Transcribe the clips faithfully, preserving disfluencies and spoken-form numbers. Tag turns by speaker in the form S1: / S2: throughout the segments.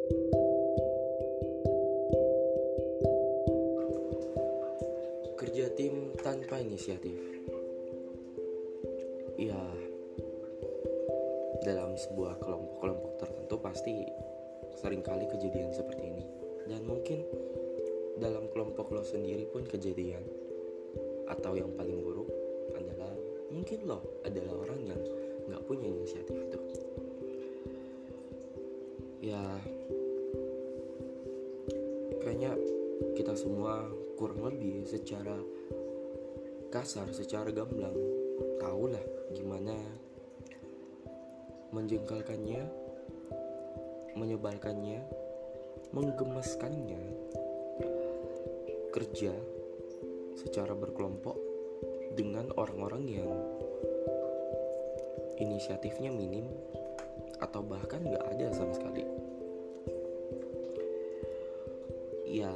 S1: Kerja tim tanpa inisiatif. Ya, dalam sebuah kelompok-kelompok tertentu pasti seringkali kejadian seperti ini. Dan mungkin dalam kelompok lo sendiri pun kejadian. Atau yang paling buruk adalah mungkin lo adalah orang yang gak punya inisiatif itu. Ya, kayaknya kita semua kurang lebih secara kasar, secara gamblang tahulah gimana menjengkelkannya, menyebalkannya, menggemaskannya kerja secara berkelompok dengan orang-orang yang inisiatifnya minim atau bahkan gak ada sama sekali. Ya,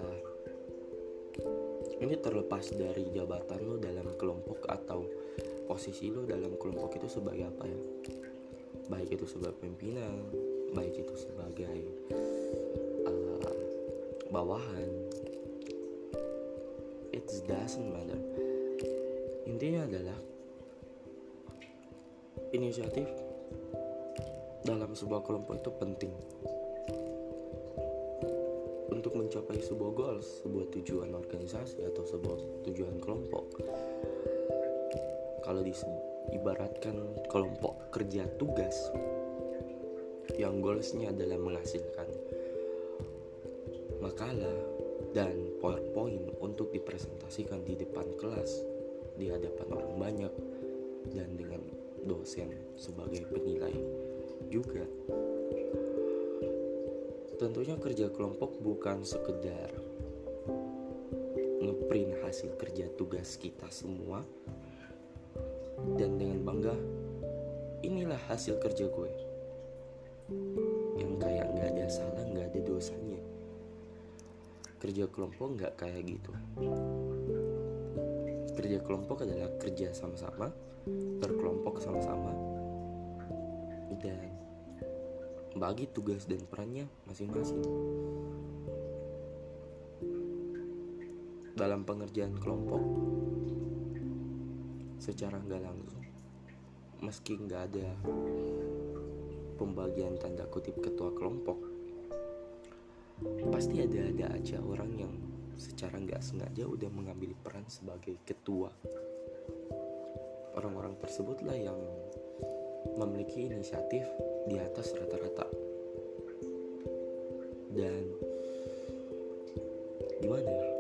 S1: ini terlepas dari jabatan lo dalam kelompok atau posisi lo dalam kelompok itu sebagai apa ya. Baik itu sebagai pimpinan, baik itu sebagai uh, bawahan. It doesn't matter. Intinya adalah inisiatif dalam sebuah kelompok itu penting untuk mencapai sebuah goals, sebuah tujuan organisasi atau sebuah tujuan kelompok. Kalau diibaratkan kelompok kerja tugas yang goalsnya adalah menghasilkan makalah dan PowerPoint untuk dipresentasikan di depan kelas, di hadapan orang banyak, dan dengan dosen sebagai penilai juga. Tentunya kerja kelompok bukan sekedar ngeprint hasil kerja tugas kita semua dan dengan bangga, inilah hasil kerja gue, yang kayak gak ada salah, gak ada dosanya. Kerja kelompok gak kayak gitu. Kerja kelompok adalah kerja sama-sama, berkelompok sama-sama, dan bagi tugas dan perannya masing-masing. Dalam pengerjaan kelompok, secara gak langsung, meski gak ada pembagian tanda kutip ketua kelompok, pasti ada-ada aja orang yang secara gak sengaja udah mengambil peran sebagai ketua. Orang-orang tersebutlah yang memiliki inisiatif di atas rata-rata. Dan gimana ya,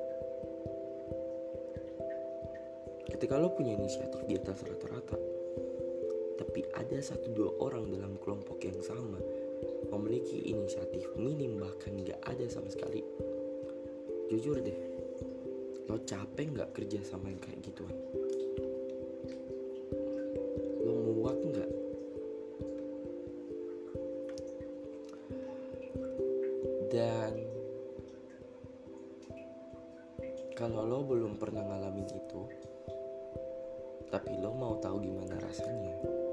S1: ketika lo punya inisiatif di atas rata-rata, tapi ada satu dua orang dalam kelompok yang sama memiliki inisiatif minim bahkan gak ada sama sekali, jujur deh, lo capek gak kerja sama yang kayak gituan? Lo muak gak? Dan kalau lo belum pernah ngalamin itu, tapi lo mau tahu gimana rasanya,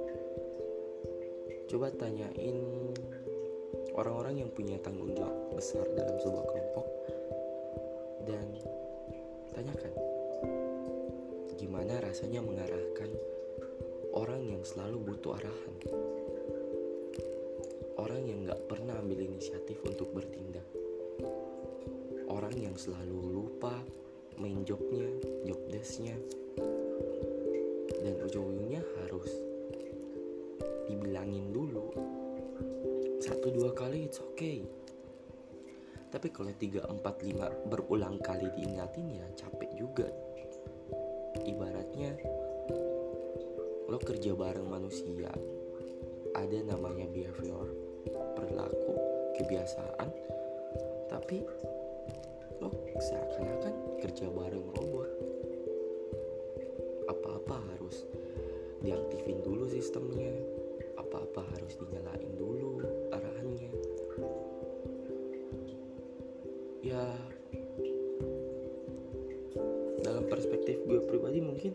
S1: coba tanyain orang-orang yang punya tanggung jawab besar dalam sebuah kelompok dan tanyakan gimana rasanya mengarahkan orang yang selalu butuh arahan, orang yang gak pernah ambil inisiatif untuk bertindak, orang yang selalu lupa main jobnya, job desknya, dan ujung-ujungnya harus dibilangin dulu satu dua kali it's okay, tapi kalau tiga empat lima berulang kali diingatin ya capek juga. Ibaratnya lo kerja bareng manusia, ada namanya behavior, perilaku, kebiasaan, tapi lo seakan-akan kerja bareng robot. Apa-apa harus diaktifin dulu sistemnya, apa-apa harus dinyalain dulu arahannya. Ya, dalam perspektif gue pribadi mungkin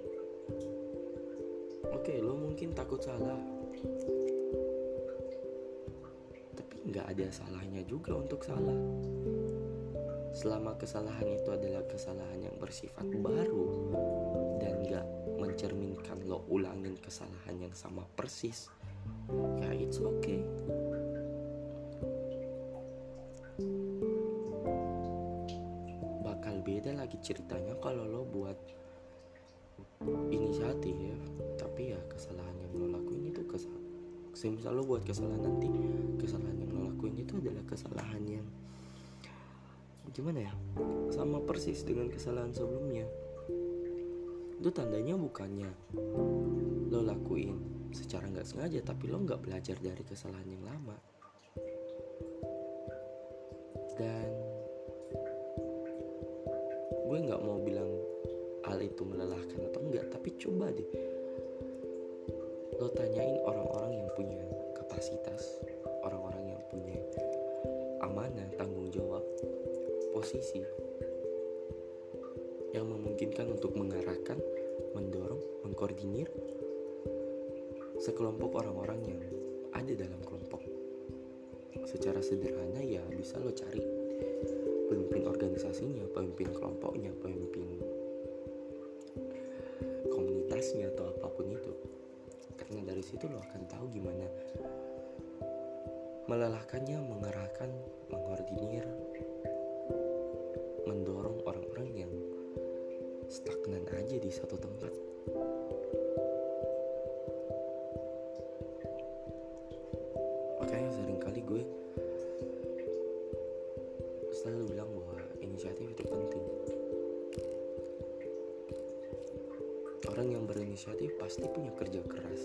S1: oke, okay, lo mungkin takut salah, tapi gak ada salahnya juga untuk salah. Selama kesalahan itu adalah kesalahan yang bersifat baru dan gak mencerminkan lo ulangin kesalahan yang sama persis, ya it's okay. Bakal beda lagi ceritanya kalau lo buat inisiatif tapi ya kesalahan yang lo lakuin itu kesalahan. Semisal lo buat kesalahan, nanti kesalahan yang lo lakuin itu adalah kesalahan yang gimana ya, sama persis dengan kesalahan sebelumnya. Itu tandanya bukannya lo lakuin secara gak sengaja, tapi lo gak belajar dari kesalahan yang lama. Dan gue gak mau bilang hal itu melelahkan atau enggak, tapi coba deh lo tanyain orang-orang yang punya kapasitas, orang-orang yang punya amanah, tanggung jawab, posisi yang memungkinkan untuk mengarahkan, mendorong, mengkoordinir sekelompok orang-orang yang ada dalam kelompok. Secara sederhana ya bisa lo cari pemimpin organisasinya, pemimpin kelompoknya, pemimpin komunitasnya atau apapun itu. Karena dari situ lo akan tahu gimana melelahkannya, mengarahkan, mengkoordinir, mendorong orang-orang yang stagnan aja di satu tempat. Makanya seringkali gue selalu bilang bahwa inisiatif itu penting. Orang yang berinisiatif pasti punya kerja keras,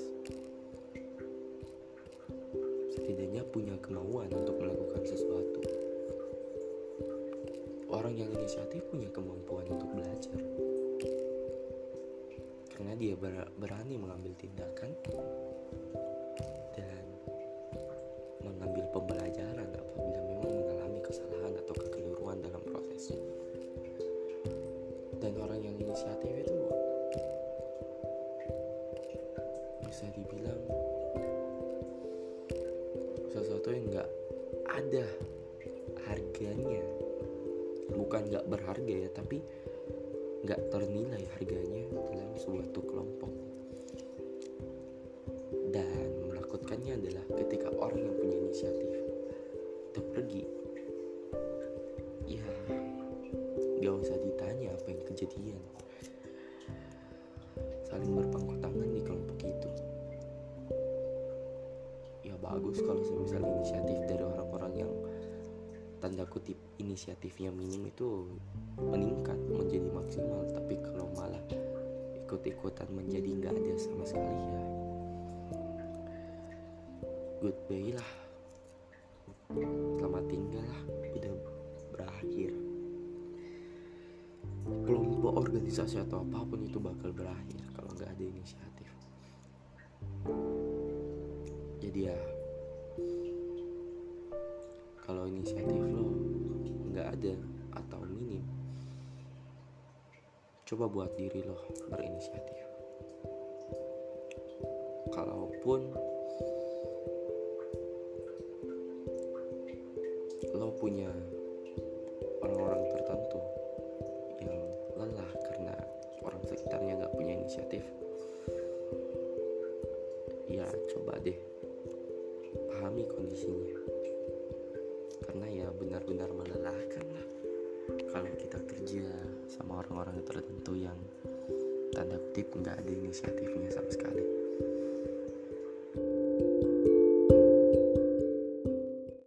S1: setidaknya punya kemauan untuk melakukan sesuatu. Orang yang inisiatif punya kemampuan untuk belajar, karena dia ber- berani mengambil tindakan dan mengambil pembelajaran apabila memang mengalami kesalahan atau kekeliruan dalam prosesnya. Dan orang yang inisiatif itu bisa dibilang sesuatu yang gak ada harganya. Bukan gak berharga ya, tapi gak ternilai harganya dalam suatu kelompok. Dan menakutkannya adalah ketika orang yang punya inisiatif itu pergi, ya gak usah ditanya apa yang kejadian. Saling berpangku tangan di kelompok itu. Ya bagus kalau semisal inisiatif dari orang-orang yang tanda kutip inisiatifnya minim itu meningkat menjadi maksimal. Tapi kalau malah ikut-ikutan menjadi gak ada sama sekali, ya goodbye lah, selamat tinggal lah, udah berakhir. Kelompok, organisasi atau apapun itu bakal berakhir kalau gak ada inisiatif. Jadi ya, kalau inisiatif lo gak ada atau minim, coba buat diri lo berinisiatif. Kalaupun lo punya orang-orang tertentu yang lelah karena orang sekitarnya gak punya inisiatif, ya coba deh pahami kondisinya. Karena ya benar-benar melelahkan lah kalau kita kerja sama orang-orang tertentu yang tanda kutip gak ada inisiatifnya sama sekali.